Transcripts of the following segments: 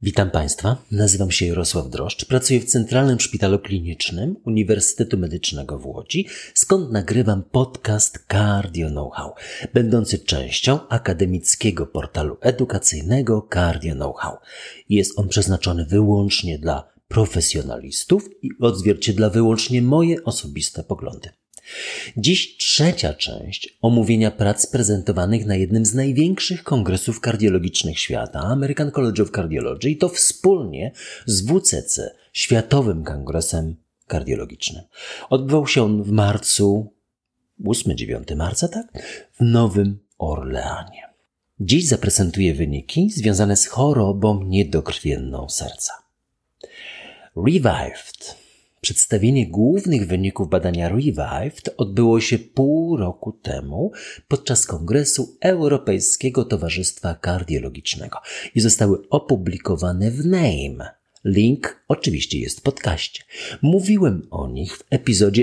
Witam Państwa, nazywam się Jarosław Droszcz, pracuję w Centralnym Szpitalu Klinicznym Uniwersytetu Medycznego w Łodzi, skąd nagrywam podcast Cardio Know-how, będący częścią akademickiego portalu edukacyjnego Cardio Know-how. Jest on przeznaczony wyłącznie dla profesjonalistów i odzwierciedla wyłącznie moje osobiste poglądy. Dziś trzecia część omówienia prac prezentowanych na jednym z największych kongresów kardiologicznych świata, American College of Cardiology, i to wspólnie z WCC, Światowym Kongresem Kardiologicznym. Odbywał się on w marcu, 8-9 marca, w Nowym Orleanie. Dziś zaprezentuję wyniki związane z chorobą niedokrwienną serca. Revived. Przedstawienie głównych wyników badania Revived odbyło się pół roku temu podczas Kongresu Europejskiego Towarzystwa Kardiologicznego i zostały opublikowane w NAME. Link oczywiście jest w podcaście. Mówiłem o nich w epizodzie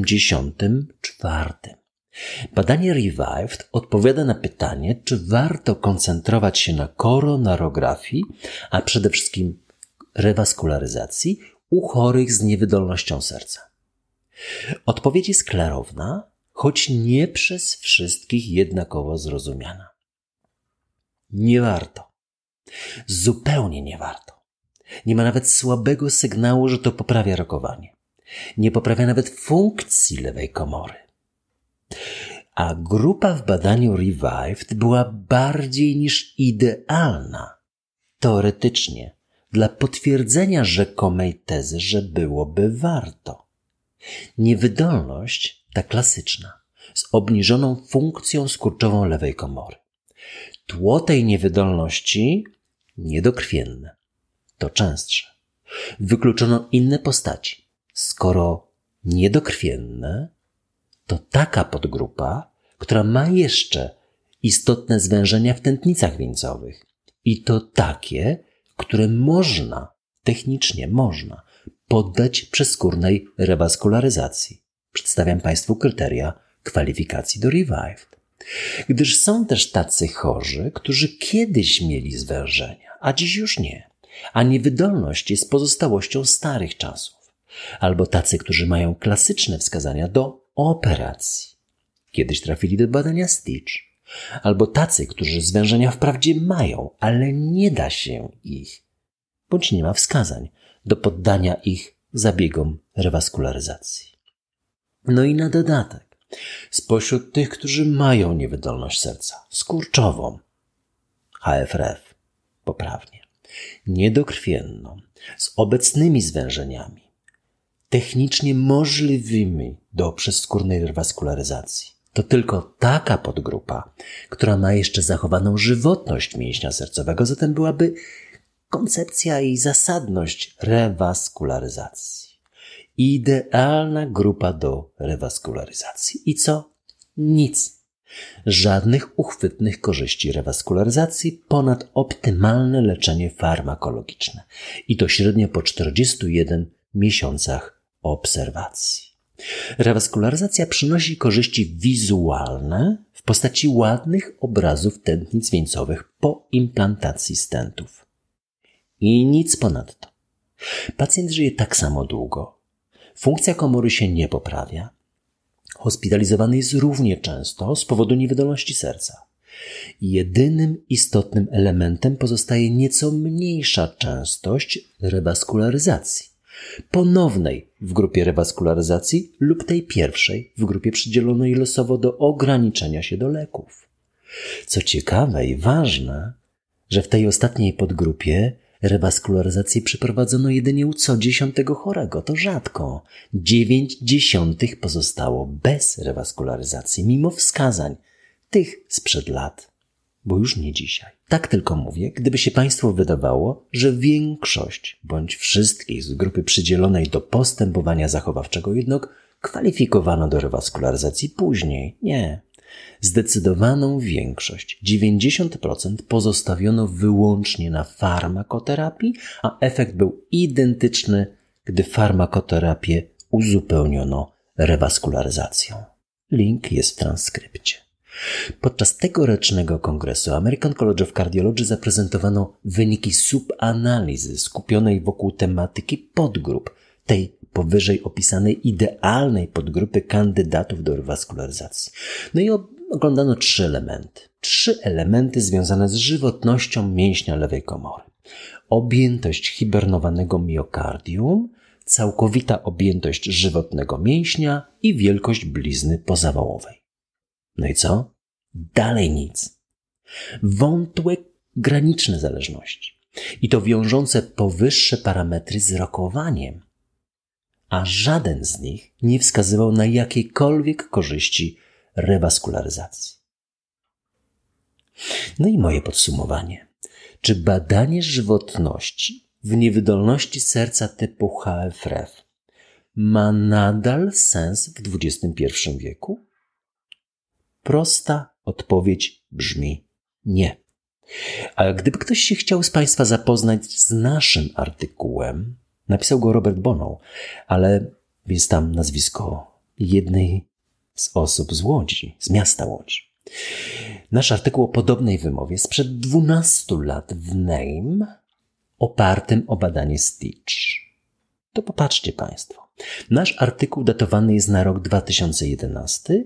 84. Badanie Revived odpowiada na pytanie, czy warto koncentrować się na koronarografii, a przede wszystkim rewaskularyzacji u chorych z niewydolnością serca. Odpowiedź jest klarowna, choć nie przez wszystkich jednakowo zrozumiana. Nie warto. Zupełnie nie warto. Nie ma nawet słabego sygnału, że to poprawia rokowanie. Nie poprawia nawet funkcji lewej komory. A grupa w badaniu Revived była bardziej niż idealna, teoretycznie, dla potwierdzenia rzekomej tezy, że byłoby warto. Niewydolność, ta klasyczna, z obniżoną funkcją skurczową lewej komory. Tło tej niewydolności niedokrwienne, to częstsze. Wykluczono inne postaci. Skoro niedokrwienne, to taka podgrupa, która ma jeszcze istotne zwężenia w tętnicach wieńcowych. I to takie, które technicznie można poddać przeskórnej rewaskularyzacji. Przedstawiam Państwu kryteria kwalifikacji do Revived. Gdyż są też tacy chorzy, którzy kiedyś mieli zwężenia, a dziś już nie, a niewydolność jest pozostałością starych czasów. Albo tacy, którzy mają klasyczne wskazania do operacji. Kiedyś trafili do badania Stitch. Albo tacy, którzy zwężenia wprawdzie mają, ale nie da się ich, bądź nie ma wskazań do poddania ich zabiegom rewaskularyzacji. No i na dodatek, spośród tych, którzy mają niewydolność serca, skurczową, HFrEF, poprawnie, niedokrwienną, z obecnymi zwężeniami, technicznie możliwymi do przeskórnej rewaskularyzacji, to tylko taka podgrupa, która ma jeszcze zachowaną żywotność mięśnia sercowego, zatem byłaby koncepcja i zasadność rewaskularyzacji. Idealna grupa do rewaskularyzacji. I co? Nic. Żadnych uchwytnych korzyści rewaskularyzacji ponad optymalne leczenie farmakologiczne. I to średnio po 41 miesiącach obserwacji. Rewaskularyzacja przynosi korzyści wizualne w postaci ładnych obrazów tętnic wieńcowych po implantacji stentów. I nic ponadto. Pacjent żyje tak samo długo. Funkcja komory się nie poprawia. Hospitalizowany jest równie często z powodu niewydolności serca. Jedynym istotnym elementem pozostaje nieco mniejsza częstość rewaskularyzacji. Ponownej w grupie rewaskularyzacji lub tej pierwszej w grupie przydzielonej losowo do ograniczenia się do leków. Co ciekawe i ważne, że w tej ostatniej podgrupie rewaskularyzację przeprowadzono jedynie u co 10 chorego. To rzadko. 9/10 pozostało bez rewaskularyzacji, mimo wskazań tych sprzed lat, bo już nie dzisiaj. Tak tylko mówię, gdyby się Państwu wydawało, że większość bądź wszystkich z grupy przydzielonej do postępowania zachowawczego jednak kwalifikowano do rewaskularyzacji później. Nie. Zdecydowaną większość, 90%, pozostawiono wyłącznie na farmakoterapii, a efekt był identyczny, gdy farmakoterapię uzupełniono rewaskularyzacją. Link jest w transkrypcie. Podczas tegorocznego kongresu American College of Cardiology zaprezentowano wyniki subanalizy skupionej wokół tematyki podgrup tej powyżej opisanej idealnej podgrupy kandydatów do rewaskularyzacji. No i oglądano 3 elementy. 3 elementy związane z żywotnością mięśnia lewej komory. Objętość hibernowanego miokardium, całkowita objętość żywotnego mięśnia i wielkość blizny pozawałowej. No i co? Dalej nic. Wątłe graniczne zależności. I to wiążące powyższe parametry z rokowaniem. A żaden z nich nie wskazywał na jakiekolwiek korzyści rewaskularyzacji. No i moje podsumowanie. Czy badanie żywotności w niewydolności serca typu HFrEF ma nadal sens w XXI wieku? Prosta odpowiedź brzmi nie. A gdyby ktoś się chciał z Państwa zapoznać z naszym artykułem, napisał go Robert Bonow, ale jest tam nazwisko jednej z osób z Łodzi, z miasta Łodzi. Nasz artykuł o podobnej wymowie sprzed 12 lat w NAME, opartym o badanie Stitch. To popatrzcie Państwo. Nasz artykuł datowany jest na rok 2011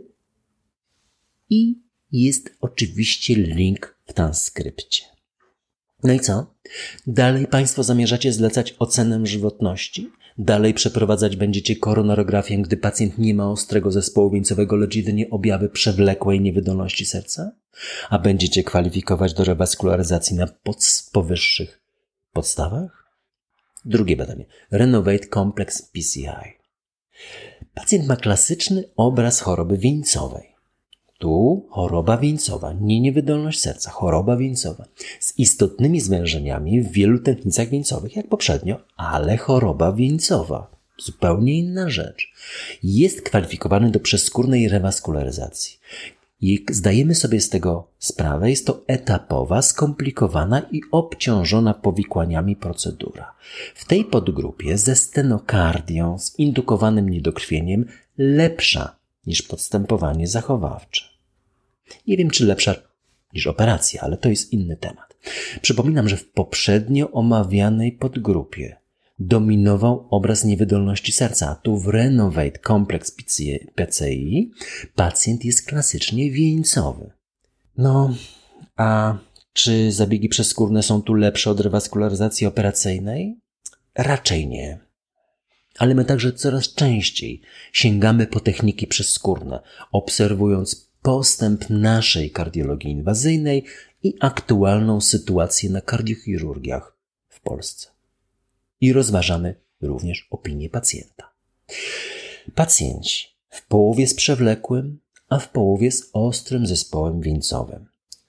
i jest oczywiście link w transkrypcie. No i co? Dalej Państwo zamierzacie zlecać ocenę żywotności? Dalej przeprowadzać będziecie koronarografię, gdy pacjent nie ma ostrego zespołu wieńcowego, lecz jedynie objawy przewlekłej niewydolności serca? A będziecie kwalifikować do rewaskularyzacji na powyższych podstawach? Drugie badanie. Renovate Complex PCI. Pacjent ma klasyczny obraz choroby wieńcowej. Tu choroba wieńcowa, nie niewydolność serca, choroba wieńcowa. Z istotnymi zwężeniami w wielu tętnicach wieńcowych, jak poprzednio, ale choroba wieńcowa. Zupełnie inna rzecz. Jest kwalifikowany do przeskórnej rewaskularyzacji. I zdajemy sobie z tego sprawę, jest to etapowa, skomplikowana i obciążona powikłaniami procedura. W tej podgrupie ze stenokardią, z indukowanym niedokrwieniem lepsza niż podstępowanie zachowawcze. Nie wiem, czy lepsza niż operacja, ale to jest inny temat. Przypominam, że w poprzednio omawianej podgrupie dominował obraz niewydolności serca, a tu w Renovate Complex PCI pacjent jest klasycznie wieńcowy. No, a czy zabiegi przeskórne są tu lepsze od rewaskularyzacji operacyjnej? Raczej nie. Ale my także coraz częściej sięgamy po techniki przeskórne, obserwując postęp naszej kardiologii inwazyjnej i aktualną sytuację na kardiochirurgiach w Polsce. I rozważamy również opinię pacjenta. Pacjenci w połowie z przewlekłym, a w połowie z ostrym zespołem wieńcowym.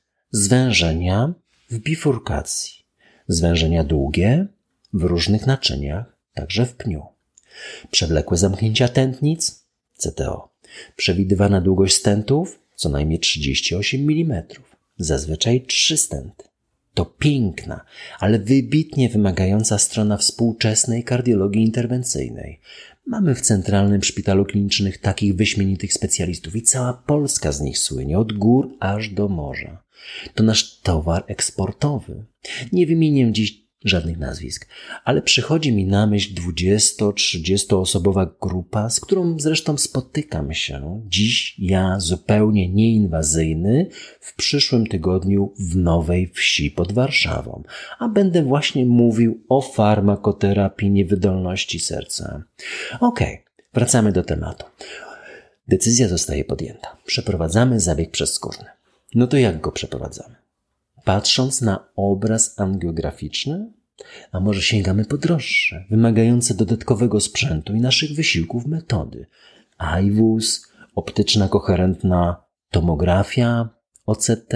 Zwężenia w bifurkacji. Zwężenia długie w różnych naczyniach, także w pniu. Przewlekłe zamknięcia tętnic, CTO. Przewidywana długość stentów, co najmniej 38 mm. Zazwyczaj 3 stenty. To piękna, ale wybitnie wymagająca strona współczesnej kardiologii interwencyjnej. Mamy w Centralnym Szpitalu Klinicznym takich wyśmienitych specjalistów i cała Polska z nich słynie, od gór aż do morza. To nasz towar eksportowy. Nie wymienię dziś żadnych nazwisk, ale przychodzi mi na myśl 20-30 osobowa grupa, z którą zresztą spotykam się dziś ja zupełnie nieinwazyjny w przyszłym tygodniu w Nowej Wsi pod Warszawą, a będę właśnie mówił o farmakoterapii niewydolności serca. Okej, wracamy do tematu. Decyzja zostaje podjęta. Przeprowadzamy zabieg przeskórny. No to jak go przeprowadzamy? Patrząc na obraz angiograficzny, a może sięgamy po droższe, wymagające dodatkowego sprzętu i naszych wysiłków metody. IWUS, optyczna koherentna tomografia, OCT.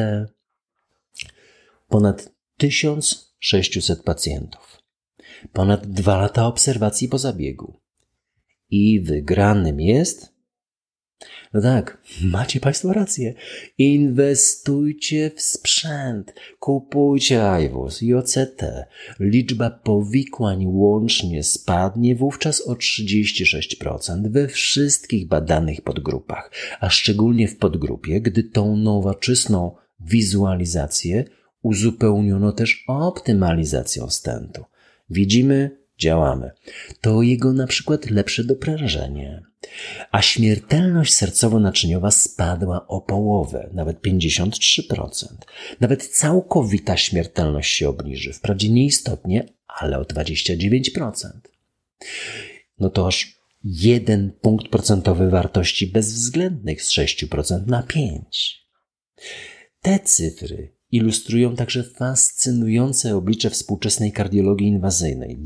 Ponad 1600 pacjentów. Ponad 2 lata obserwacji po zabiegu. I wygranym jest No tak, macie Państwo rację. Inwestujcie w sprzęt, kupujcie IWOS i OCT. Liczba powikłań łącznie spadnie wówczas o 36% we wszystkich badanych podgrupach, a szczególnie w podgrupie, gdy tą nowoczesną wizualizację uzupełniono też optymalizacją stentu. Widzimy, działamy. To jego na przykład lepsze doprężenie. A śmiertelność sercowo-naczyniowa spadła o połowę, nawet 53%. Nawet całkowita śmiertelność się obniży. Wprawdzie nieistotnie, ale o 29%. No to aż 1 punkt procentowy wartości bezwzględnych z 6% na 5%. Te cyfry ilustrują także fascynujące oblicze współczesnej kardiologii inwazyjnej.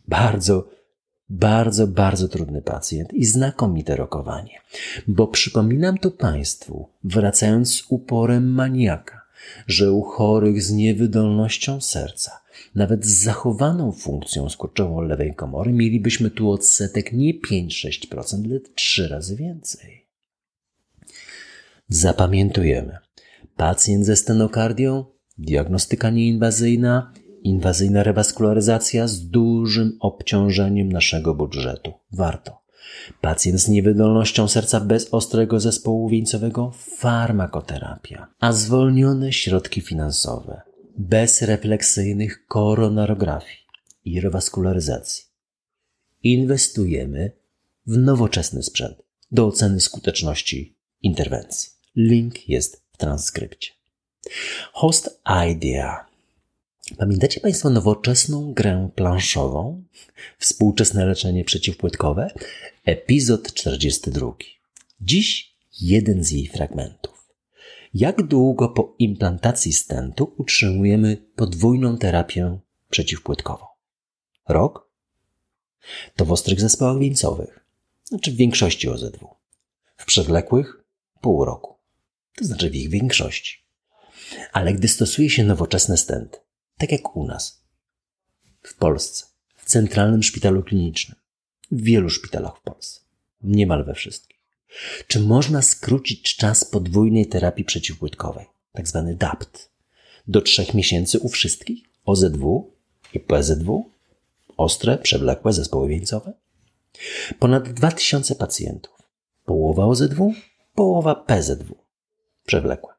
Bardzo trudny pacjent i znakomite rokowanie. Bo przypominam tu Państwu, wracając z uporem maniaka, że u chorych z niewydolnością serca, nawet z zachowaną funkcją skurczową lewej komory, mielibyśmy tu odsetek nie 5-6%, lecz 3 razy więcej. Zapamiętujemy. Pacjent ze stenokardią, diagnostyka nieinwazyjna, inwazyjna rewaskularyzacja z dużym obciążeniem naszego budżetu. Warto. Pacjent z niewydolnością serca bez ostrego zespołu wieńcowego, farmakoterapia. A zwolnione środki finansowe, bez refleksyjnych koronarografii i rewaskularyzacji. Inwestujemy w nowoczesny sprzęt do oceny skuteczności interwencji. Link jest w transkrypcie. Host Idea. Pamiętacie Państwo nowoczesną grę planszową? Współczesne leczenie przeciwpłytkowe? Epizod 42. Dziś jeden z jej fragmentów. Jak długo po implantacji stentu utrzymujemy podwójną terapię przeciwpłytkową? Rok? To w ostrych zespołach wieńcowych, znaczy w większości OZW. W przewlekłych? Pół roku. To znaczy w ich większości. Ale gdy stosuje się nowoczesne stenty, tak jak u nas, w Polsce, w Centralnym Szpitalu Klinicznym, w wielu szpitalach w Polsce, niemal we wszystkich, czy można skrócić czas podwójnej terapii przeciwpłytkowej, tak zwany DAPT, do 3 miesięcy u wszystkich, OZW i PZW, ostre, przewlekłe zespoły wieńcowe? Ponad 2000 pacjentów, połowa OZW, połowa PZW, przewlekłe.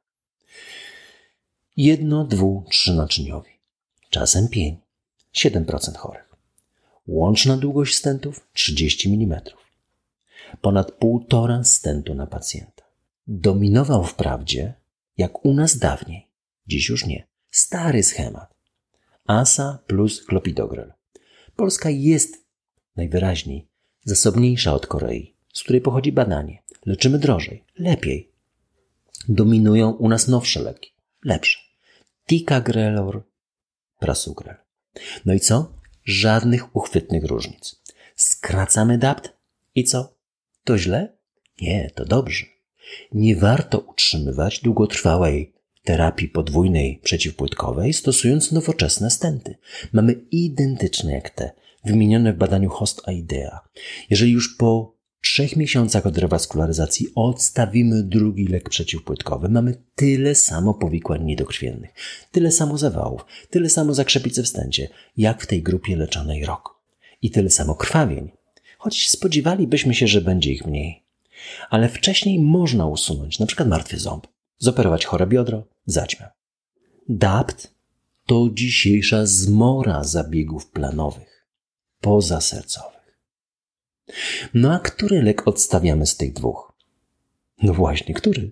1, 2, 3 naczyniowi, czasem 5, 7% chorych. Łączna długość stentów 30 mm. Ponad 1,5 stentu na pacjenta. Dominował wprawdzie, jak u nas dawniej, dziś już nie, stary schemat. ASA plus klopidogrel. Polska jest najwyraźniej zasobniejsza od Korei, z której pochodzi badanie. Leczymy drożej, lepiej. Dominują u nas nowsze leki, lepsze. Ticagrelor, prasugrel. No i co? Żadnych uchwytnych różnic. Skracamy DAPT i co? To źle? Nie, to dobrze. Nie warto utrzymywać długotrwałej terapii podwójnej przeciwpłytkowej, stosując nowoczesne stenty. Mamy identyczne jak te, wymienione w badaniu Host Idea. Jeżeli już po 3 miesiącach od rewaskularyzacji odstawimy drugi lek przeciwpłytkowy, mamy tyle samo powikłań niedokrwiennych, tyle samo zawałów, tyle samo zakrzepicy w stencie, jak w tej grupie leczonej rok. I tyle samo krwawień, choć spodziewalibyśmy się, że będzie ich mniej. Ale wcześniej można usunąć np. martwy ząb, zoperować chore biodro, zaćmę. DAPT to dzisiejsza zmora zabiegów planowych, pozasercowych. No a który lek odstawiamy z tych dwóch? No właśnie, który?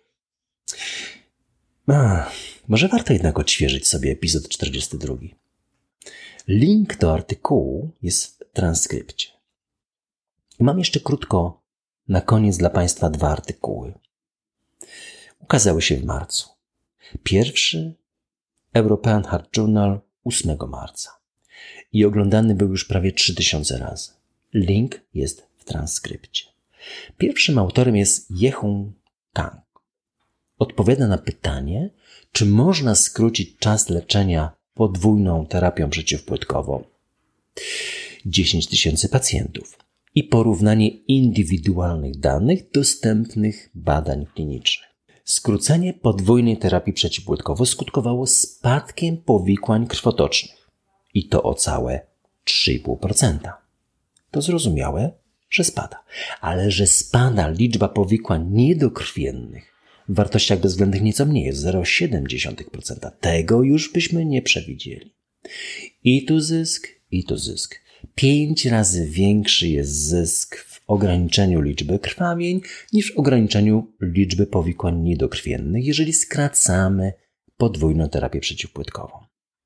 Może warto jednak odświeżyć sobie epizod 42. Link do artykułu jest w transkrypcie. I mam jeszcze krótko na koniec dla Państwa 2 artykuły. Ukazały się w marcu. Pierwszy European Heart Journal 8 marca i oglądany był już prawie 3000 razy. Link jest w transkrypcie. Pierwszym autorem jest Yehun Kang. Odpowiada na pytanie, czy można skrócić czas leczenia podwójną terapią przeciwpłytkową. 10 000 pacjentów i porównanie indywidualnych danych dostępnych badań klinicznych. Skrócenie podwójnej terapii przeciwbłydkowo skutkowało spadkiem powikłań krwotocznych i to o całe 3,5%. To zrozumiałe, że spada, ale że spada liczba powikłań niedokrwiennych w wartościach bezwzględnych nieco mniej, jest 0,7%. Tego już byśmy nie przewidzieli. I tu zysk, i tu zysk. 5 razy większy jest zysk w ograniczeniu liczby krwawień niż w ograniczeniu liczby powikłań niedokrwiennych, jeżeli skracamy podwójną terapię przeciwpłytkową.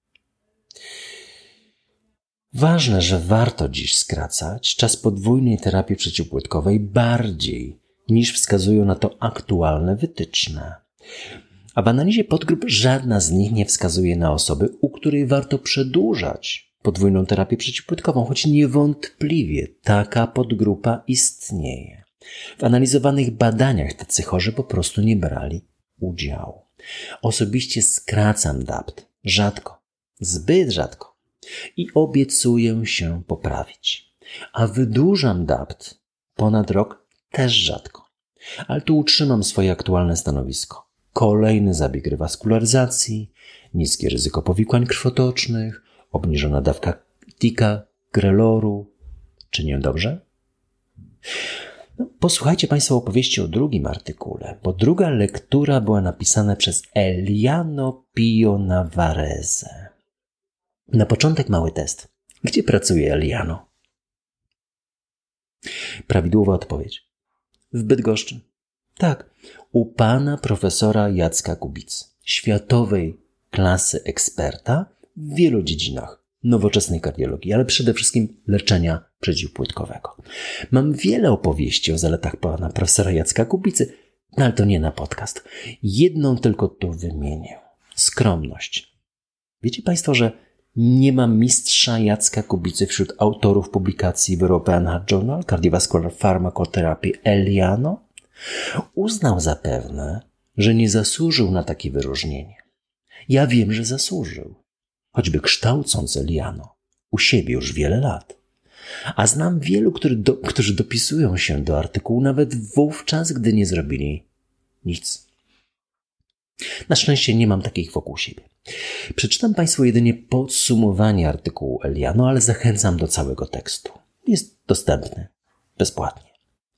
Ważne, że warto dziś skracać czas podwójnej terapii przeciwpłytkowej bardziej niż wskazują na to aktualne wytyczne. A w analizie podgrup żadna z nich nie wskazuje na osoby, u której warto przedłużać podwójną terapię przeciwpłytkową, choć niewątpliwie taka podgrupa istnieje. W analizowanych badaniach tacy chorzy po prostu nie brali udziału. Osobiście skracam DAPT rzadko, zbyt rzadko i obiecuję się poprawić. A wydłużam DAPT ponad rok też rzadko. Ale tu utrzymam swoje aktualne stanowisko. Kolejny zabieg rewaskularyzacji, niskie ryzyko powikłań krwotocznych, obniżona dawka ticagrelloru. Czynię dobrze? Posłuchajcie Państwo opowieści o drugim artykule, bo druga lektura była napisana przez Eliano Pio Navarrese. Na początek mały test. Gdzie pracuje Eliano? Prawidłowa odpowiedź. W Bydgoszczy. Tak, u pana profesora Jacka Kubicy, światowej klasy eksperta w wielu dziedzinach nowoczesnej kardiologii, ale przede wszystkim leczenia przeciwpłytkowego. Mam wiele opowieści o zaletach pana profesora Jacka Kubicy, ale to nie na podcast. Jedną tylko tu wymienię. Skromność. Wiecie Państwo, że nie ma mistrza Jacka Kubicy wśród autorów publikacji w European Heart Journal Cardiovascular Pharmacotherapy Eliano? Uznał zapewne, że nie zasłużył na takie wyróżnienie. Ja wiem, że zasłużył, choćby kształcąc Eliano u siebie już wiele lat. A znam wielu, którzy dopisują się do artykułu nawet wówczas, gdy nie zrobili nic. Na szczęście nie mam takich wokół siebie. Przeczytam Państwu jedynie podsumowanie artykułu Eliano, ale zachęcam do całego tekstu. Jest dostępny bezpłatnie.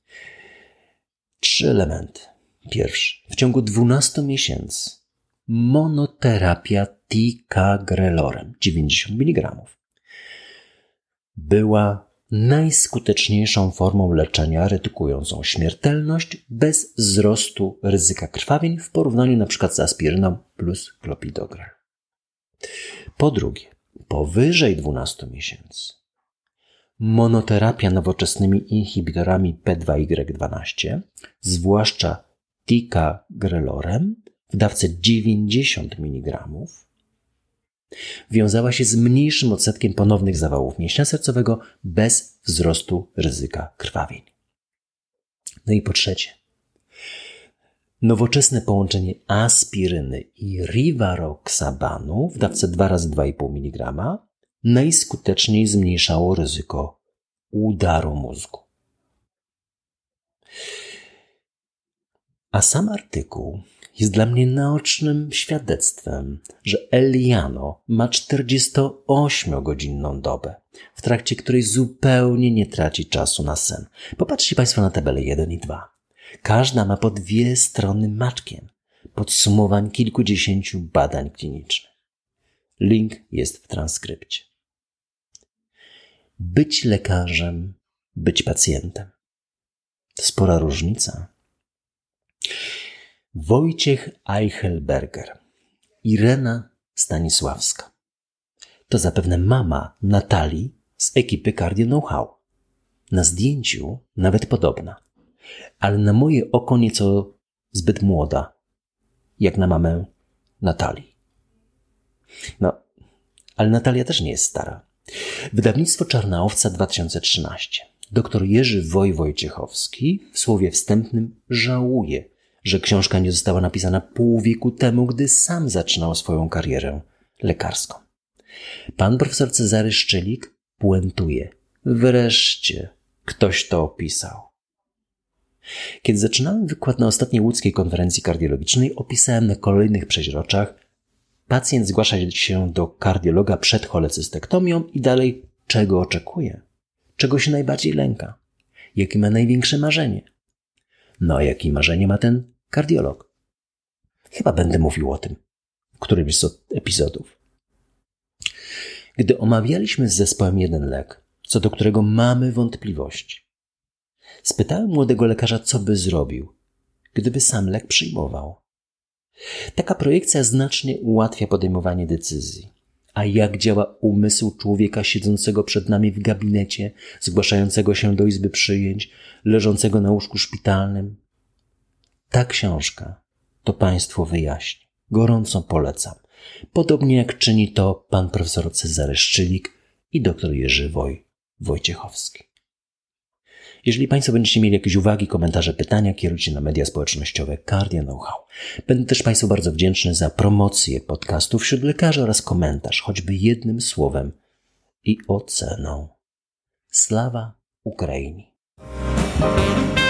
3 elementy. Pierwszy. W ciągu 12 miesięcy monoterapia ticagrellorem 90 mg była najskuteczniejszą formą leczenia redukującą śmiertelność bez wzrostu ryzyka krwawień w porównaniu np. z aspiryną plus clopidogrel. Po drugie, powyżej 12 miesięcy monoterapia nowoczesnymi inhibitorami P2Y12, zwłaszcza ticagrellorem w dawce 90 mg, wiązała się z mniejszym odsetkiem ponownych zawałów mięśnia sercowego bez wzrostu ryzyka krwawień. No i po trzecie, nowoczesne połączenie aspiryny i rivaroxabanu w dawce 2 razy 2,5 mg najskuteczniej zmniejszało ryzyko udaru mózgu. A sam artykuł jest dla mnie naocznym świadectwem, że Eliano ma 48-godzinną dobę, w trakcie której zupełnie nie traci czasu na sen. Popatrzcie Państwo na tabelę 1 i 2. Każda ma po 2 strony maczkiem podsumowań kilkudziesięciu badań klinicznych. Link jest w transkrypcie. Być lekarzem, być pacjentem. To spora różnica. Wojciech Eichelberger, Irena Stanisławska. To zapewne mama Natalii z ekipy Cardio Know-how. Na zdjęciu nawet podobna, ale na moje oko nieco zbyt młoda, jak na mamę Natalii. No, ale Natalia też nie jest stara. Wydawnictwo Czarna Owca 2013. Dr Jerzy Wojciechowski w słowie wstępnym żałuje, że książka nie została napisana pół wieku temu, gdy sam zaczynał swoją karierę lekarską. Pan profesor Cezary Szczylik puentuje. Wreszcie Ktoś to opisał. Kiedy zaczynałem wykład na ostatniej łódzkiej konferencji kardiologicznej, opisałem na kolejnych przeźroczach: pacjent zgłasza się do kardiologa przed cholecystektomią i dalej czego oczekuje? Czego się najbardziej lęka? Jakie ma największe marzenie? No a jakie marzenie ma ten kardiolog? Chyba będę mówił o tym w którymś z epizodów. Gdy omawialiśmy z zespołem jeden lek, co do którego mamy wątpliwości, spytałem młodego lekarza, co by zrobił, gdyby sam lek przyjmował. Taka projekcja znacznie ułatwia podejmowanie decyzji. A jak działa umysł człowieka siedzącego przed nami w gabinecie, zgłaszającego się do izby przyjęć, leżącego na łóżku szpitalnym? Ta książka to Państwu wyjaśni. Gorąco polecam. Podobnie jak czyni to pan profesor Cezary Szczylik i dr Jerzy Wojciechowski. Jeżeli Państwo będziecie mieli jakieś uwagi, komentarze, pytania, kierujcie na media społecznościowe Cardio Know-how. Będę też Państwu bardzo wdzięczny za promocję podcastu wśród lekarzy oraz komentarz, choćby jednym słowem i oceną. Sława Ukrainie!